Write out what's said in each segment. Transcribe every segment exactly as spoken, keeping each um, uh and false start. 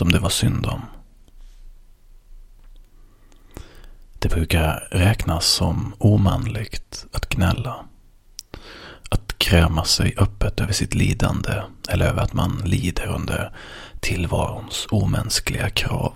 som det var synd om. Det brukar räknas som omanligt att gnälla. Att kräma sig öppet över sitt lidande eller över att man lider under tillvarons omänskliga krav.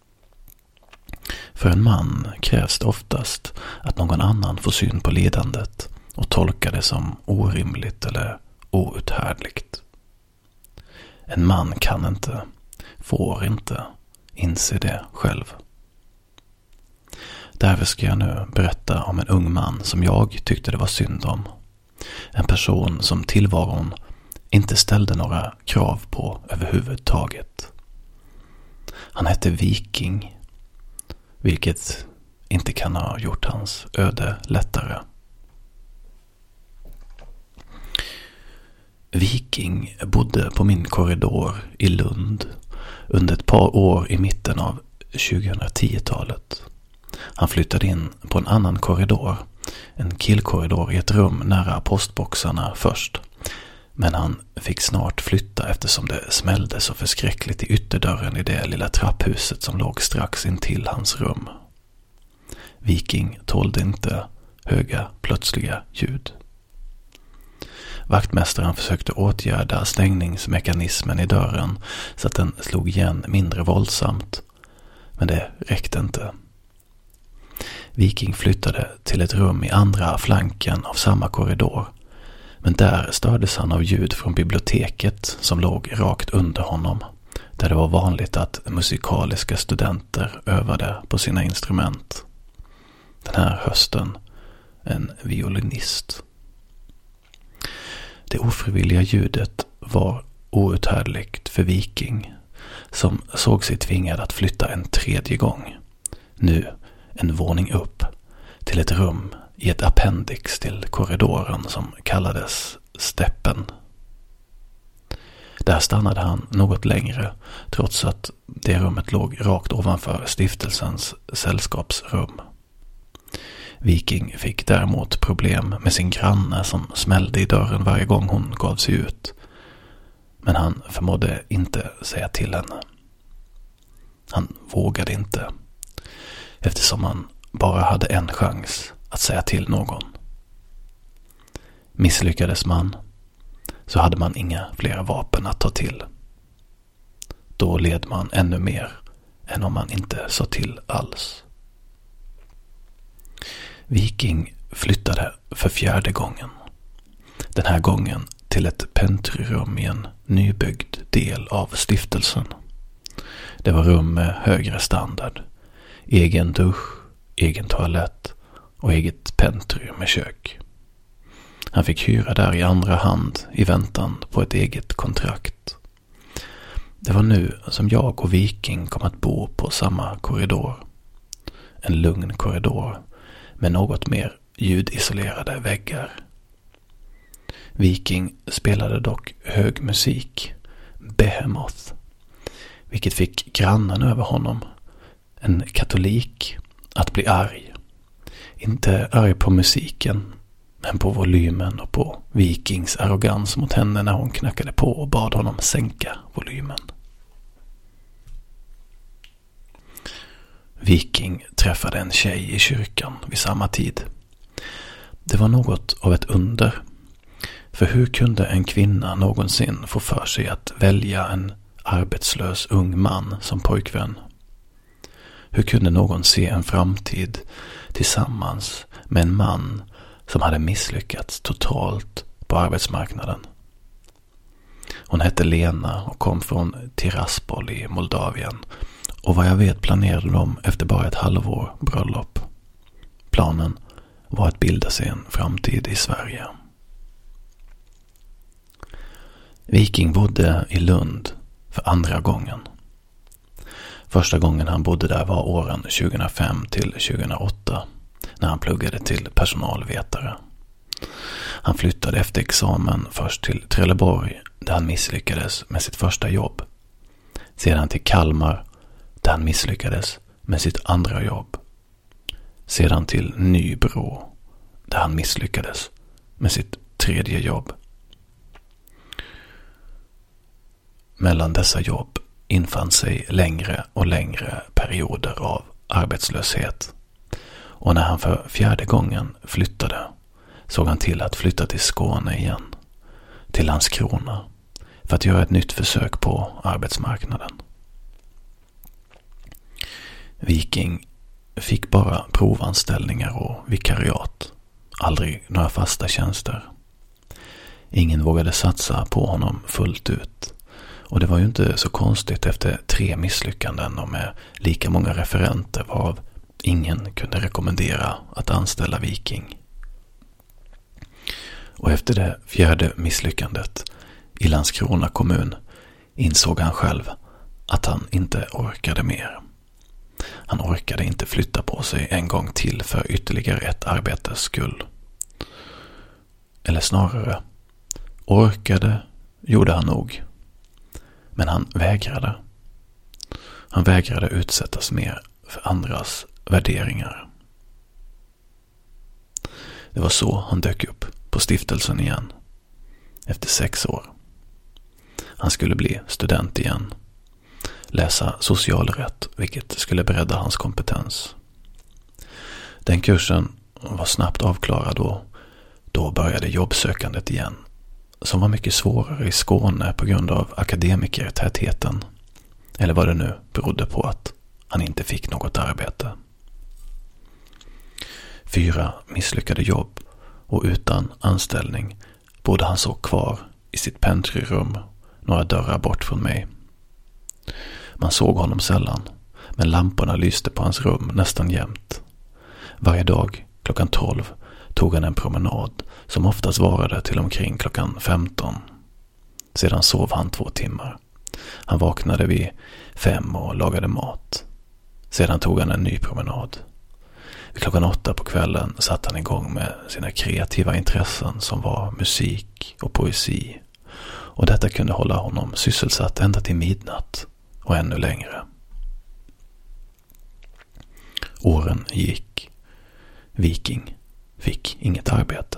För en man krävs det oftast att någon annan får syn på lidandet och tolkar det som orimligt eller outhärdligt. En man kan inte, får inte inse det själv. Därför ska jag nu berätta om en ung man som jag tyckte det var synd om. En person som tillvaron inte ställde några krav på överhuvudtaget. Han hette Viking, vilket inte kan ha gjort hans öde lättare. Viking bodde på min korridor i Lund under ett par år i mitten av tjugohundratio-talet. Han flyttade in på en annan korridor, en killkorridor i ett rum nära postboxarna först. Men han fick snart flytta eftersom det smällde så förskräckligt i ytterdörren i det lilla trapphuset som låg strax intill hans rum. Viking tålde inte höga, plötsliga ljud. Vaktmästaren försökte åtgärda stängningsmekanismen i dörren så att den slog igen mindre våldsamt. Men det räckte inte. Viking flyttade till ett rum i andra flanken av samma korridor. Men där stördes han av ljud från biblioteket som låg rakt under honom. Där det var vanligt att musikaliska studenter övade på sina instrument. Den här hösten en violinist. Det ofrivilliga ljudet var outhärdligt för Viking, som såg sig tvingad att flytta en tredje gång. Nu en våning upp till ett rum i ett appendix till korridoren som kallades Steppen. Där stannade han något längre trots att det rummet låg rakt ovanför stiftelsens sällskapsrum. Viking fick däremot problem med sin granne som smällde i dörren varje gång hon gav sig ut. Men han förmådde inte säga till henne. Han vågade inte, eftersom han bara hade en chans att säga till någon. Misslyckades man så hade man inga flera vapen att ta till. Då led man ännu mer än om man inte sa till alls. Viking flyttade för fjärde gången. Den här gången till ett pentryrum i en nybyggd del av stiftelsen. Det var rum med högre standard. Egen dusch, egen toalett och eget pentry med kök. Han fick hyra där i andra hand i väntan på ett eget kontrakt. Det var nu som jag och Viking kom att bo på samma korridor. En lugn korridor med något mer ljudisolerade väggar. Viking spelade dock hög musik, Behemoth, vilket fick grannen över honom, en katolik, att bli arg. Inte arg på musiken, men på volymen och på Vikings arrogans mot henne när hon knackade på och bad honom sänka volymen. Viking träffade en tjej i kyrkan vid samma tid. Det var något av ett under. För hur kunde en kvinna någonsin få för sig att välja en arbetslös ung man som pojkvän? Hur kunde någon se en framtid tillsammans med en man som hade misslyckats totalt på arbetsmarknaden? Hon hette Lena och kom från Tiraspol i Moldavien. Och vad jag vet planerade de efter bara ett halvår bröllop. Planen var att bilda sig en framtid i Sverige. Viking bodde i Lund för andra gången. Första gången han bodde där var åren tjugohundrafem till tjugohundraåtta när han pluggade till personalvetare. Han flyttade efter examen först till Trelleborg där han misslyckades med sitt första jobb. Sedan till Kalmar där han misslyckades med sitt andra jobb. Sedan till Nybro där han misslyckades med sitt tredje jobb. Mellan dessa jobb infann sig längre och längre perioder av arbetslöshet. Och när han för fjärde gången flyttade såg han till att flytta till Skåne igen, till Landskrona, för att göra ett nytt försök på arbetsmarknaden. Viking fick bara provanställningar och vikariat, aldrig några fasta tjänster. Ingen vågade satsa på honom fullt ut. Och det var ju inte så konstigt efter tre misslyckanden och med lika många referenter varav ingen kunde rekommendera att anställa Viking. Och efter det fjärde misslyckandet i Landskrona kommun insåg han själv att han inte orkade mer. Han orkade inte flytta på sig en gång till för ytterligare ett arbetes skull. Eller snarare, orkade gjorde han nog. Men han vägrade. Han vägrade utsättas mer för andras värderingar. Det var så han dök upp på stiftelsen igen. Efter sex år. Han skulle bli student igen. Läsa socialrätt, vilket skulle bredda hans kompetens. Den kursen var snabbt avklarad och då började jobbsökandet igen. Som var mycket svårare i Skåne på grund av akademikertätheten. Eller vad det nu berodde på att han inte fick något arbete. Fyra misslyckade jobb och utan anställning bodde han så kvar i sitt pentryrum några dörrar bort från mig. Man såg honom sällan, men lamporna lyste på hans rum nästan jämt. Varje dag klockan tolv tog han en promenad som oftast varade till omkring klockan femton. Sedan sov han två timmar. Han vaknade vid fem och lagade mat. Sedan tog han en ny promenad. Vid klockan åtta på kvällen satt han igång med sina kreativa intressen som var musik och poesi. Och detta kunde hålla honom sysselsatt ända till midnatt och ännu längre. Åren gick. Viking fick inget arbete.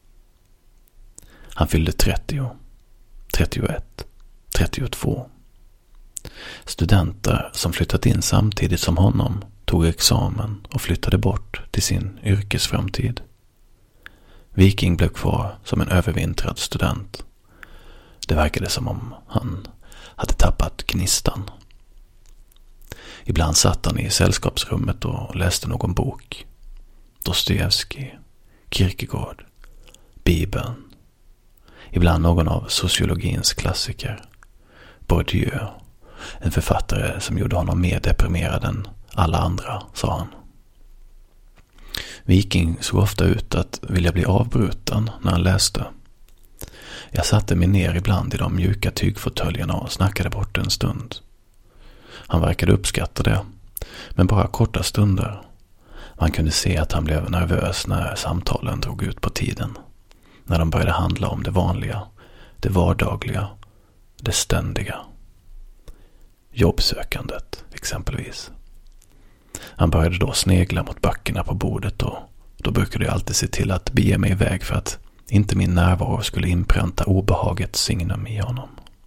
Han fyllde trettio, trettioett, trettiotvå. Studenter som flyttat in samtidigt som honom tog examen och flyttade bort till sin yrkesframtid. Viking blev kvar som en övervintrad student. Det verkade som om han hade tappat gnistan. Ibland satt han i sällskapsrummet och läste någon bok. Dostojevskij, Kierkegaard, Bibeln. Ibland någon av sociologins klassiker. Bourdieu, en författare som gjorde honom mer deprimerad än alla andra, sa han. Viking såg ofta ut att vilja bli avbruten när han läste. Jag satte mig ner ibland i de mjuka tygfåtöljerna och snackade bort en stund. Han verkade uppskatta det, men bara korta stunder. Man kunde se att han blev nervös när samtalen drog ut på tiden. När de började handla om det vanliga, det vardagliga, det ständiga. Jobbsökandet, exempelvis. Han började då snegla mot böckerna på bordet och då brukade jag alltid se till att bege mig iväg för att inte min närvaro skulle inpränta obehagets signum i honom.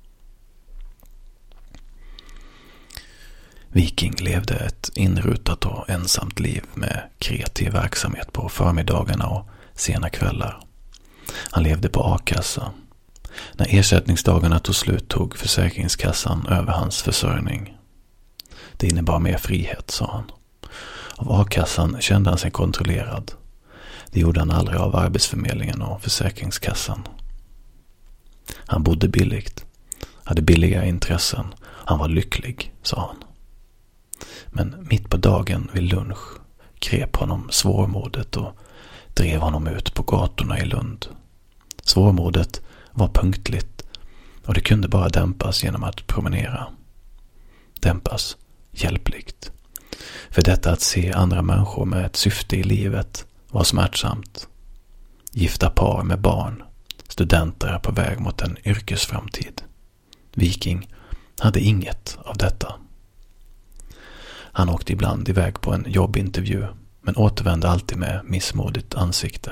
Viking levde ett inrutat och ensamt liv med kreativ verksamhet på förmiddagarna och sena kvällar. Han levde på a-kassa. När ersättningsdagarna tog slut tog försäkringskassan över hans försörjning. Det innebar mer frihet, sa han. Av a-kassan kände han sig kontrollerad. Det gjorde han aldrig av arbetsförmedlingen och försäkringskassan. Han bodde billigt, hade billiga intressen. Han var lycklig, sa han. Men mitt på dagen vid lunch grep honom svårmodet och drev honom ut på gatorna i Lund. Svårmodet var punktligt och det kunde bara dämpas genom att promenera. Dämpas hjälpligt. För detta att se andra människor med ett syfte i livet var smärtsamt. Gifta par med barn, studenter på väg mot en yrkesframtid. Viking hade inget av detta. Han åkte ibland iväg på en jobbintervju men återvände alltid med missmodigt ansikte.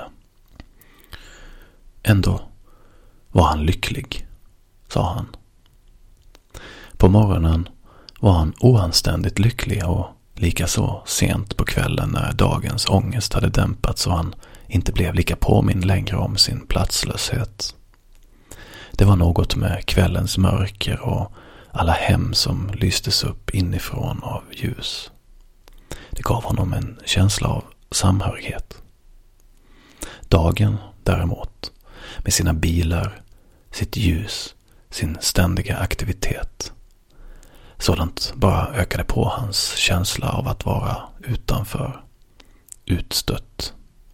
Ändå var han lycklig, sa han. På morgonen var han oanständigt lycklig och likaså sent på kvällen när dagens ångest hade dämpats och han inte blev lika påmind längre om sin platslöshet. Det var något med kvällens mörker och alla hem som lystes upp inifrån av ljus. Det gav honom en känsla av samhörighet. Dagen däremot, med sina bilar, sitt ljus, sin ständiga aktivitet. Sådant bara ökade på hans känsla av att vara utanför, utstött.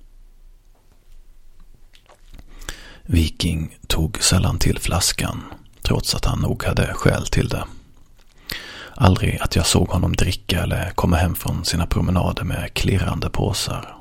Viking tog sällan till flaskan, trots att han nog hade skäl till det. Aldrig att jag såg honom dricka eller komma hem från sina promenader med klirrande påsar.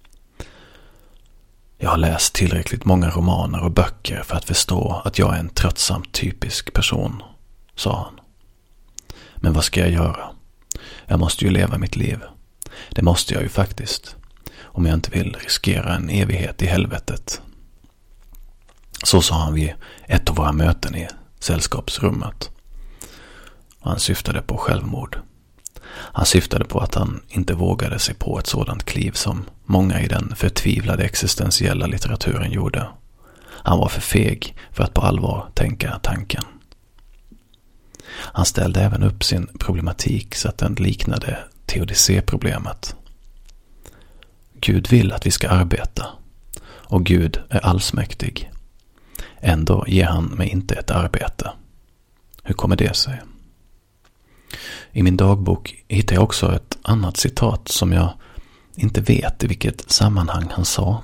Jag har läst tillräckligt många romaner och böcker för att förstå att jag är en tröttsam typisk person, sa han. Men vad ska jag göra? Jag måste ju leva mitt liv. Det måste jag ju faktiskt, om jag inte vill riskera en evighet i helvetet. Så sa han vid ett av våra möten i sällskapsrummet. Han syftade på självmord. Han syftade på att han inte vågade sig på ett sådant kliv som många i den förtvivlade existentiella litteraturen gjorde. Han var för feg för att på allvar tänka tanken. Han ställde även upp sin problematik så att den liknade teodicéproblemet. Gud vill att vi ska arbeta, och Gud är allsmäktig. Ändå ger han mig inte ett arbete. Hur kommer det sig? I min dagbok hittar jag också ett annat citat som jag inte vet i vilket sammanhang han sa.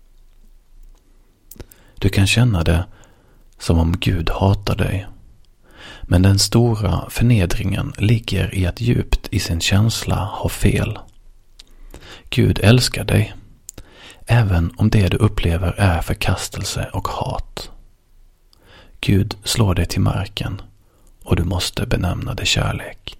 Du kan känna det som om Gud hatar dig. Men den stora förnedringen ligger i att djupt i sin känsla ha fel. Gud älskar dig, även om det du upplever är förkastelse och hat. Gud slår dig till marken och du måste benämna det kärlek.